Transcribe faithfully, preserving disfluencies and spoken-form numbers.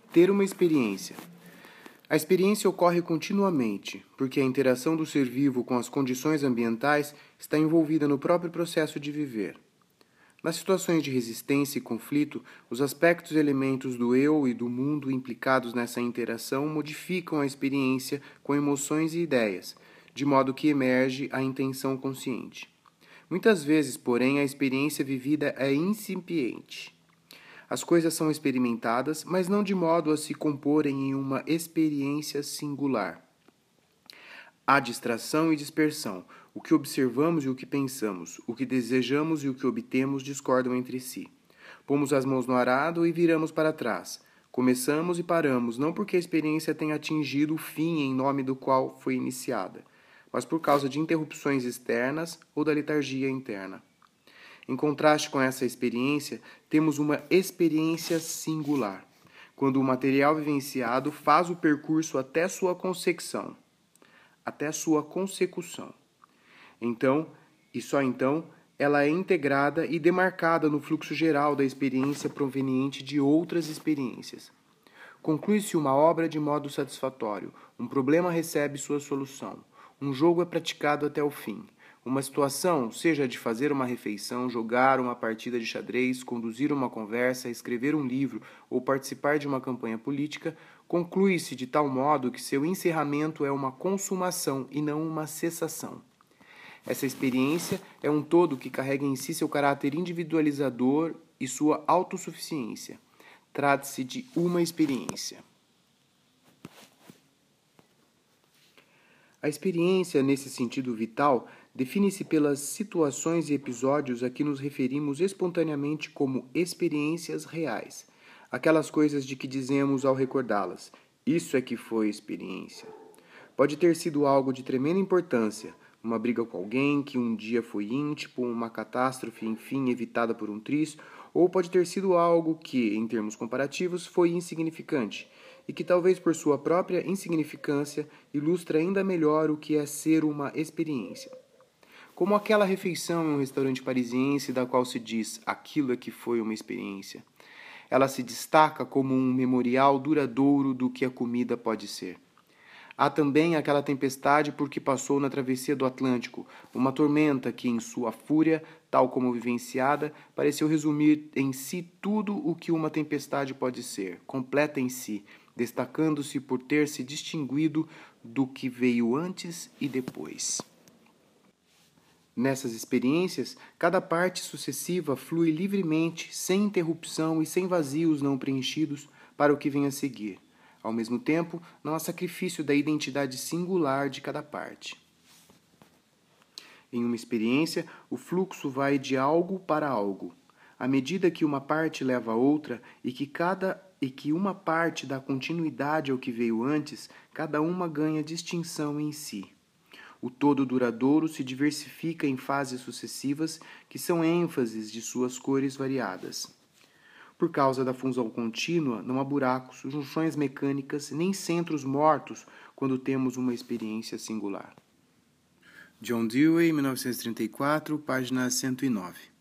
Ter uma experiência. A experiência ocorre continuamente, porque a interação do ser vivo com as condições ambientais está envolvida no próprio processo de viver. Nas situações de resistência e conflito, os aspectos e elementos do eu e do mundo implicados nessa interação modificam a experiência com emoções e ideias, de modo que emerge a intenção consciente. Muitas vezes, porém, a experiência vivida é incipiente. As coisas são experimentadas, mas não de modo a se comporem em uma experiência singular. Há distração e dispersão. O que observamos e o que pensamos, o que desejamos e o que obtemos discordam entre si. Pomos as mãos no arado e viramos para trás. Começamos e paramos, não porque a experiência tenha atingido o fim em nome do qual foi iniciada, mas por causa de interrupções externas ou da letargia interna. Em contraste com essa experiência, temos uma experiência singular, quando o material vivenciado faz o percurso até sua consecução, até sua consecução. Então, e só então, ela é integrada e demarcada no fluxo geral da experiência proveniente de outras experiências. Conclui-se uma obra de modo satisfatório, um problema recebe sua solução, um jogo é praticado até o fim. Uma situação, seja de fazer uma refeição, jogar uma partida de xadrez, conduzir uma conversa, escrever um livro ou participar de uma campanha política, conclui-se de tal modo que seu encerramento é uma consumação e não uma cessação. Essa experiência é um todo que carrega em si seu caráter individualizador e sua autossuficiência. Trata-se de uma experiência. A experiência, nesse sentido vital, define-se pelas situações e episódios a que nos referimos espontaneamente como experiências reais, aquelas coisas de que dizemos ao recordá-las: isso é que foi experiência. Pode ter sido algo de tremenda importância, uma briga com alguém que um dia foi íntimo, uma catástrofe, enfim, evitada por um triz, ou pode ter sido algo que, em termos comparativos, foi insignificante, e que talvez por sua própria insignificância ilustra ainda melhor o que é ser uma experiência. Como aquela refeição em um restaurante parisiense da qual se diz aquilo é que foi uma experiência. Ela se destaca como um memorial duradouro do que a comida pode ser. Há também aquela tempestade por que passou na travessia do Atlântico, uma tormenta que, em sua fúria, tal como vivenciada, pareceu resumir em si tudo o que uma tempestade pode ser, completa em si, destacando-se por ter se distinguido do que veio antes e depois. Nessas experiências, cada parte sucessiva flui livremente, sem interrupção e sem vazios não preenchidos, para o que vem a seguir. Ao mesmo tempo, não há sacrifício da identidade singular de cada parte. Em uma experiência, o fluxo vai de algo para algo. À medida que uma parte leva a outra e que, cada, e que uma parte dá continuidade ao que veio antes, cada uma ganha distinção em si. O todo duradouro se diversifica em fases sucessivas que são ênfases de suas cores variadas. Por causa da fusão contínua, não há buracos, junções mecânicas, nem centros mortos quando temos uma experiência singular. John Dewey, mil novecentos e trinta e quatro, página cento e nove.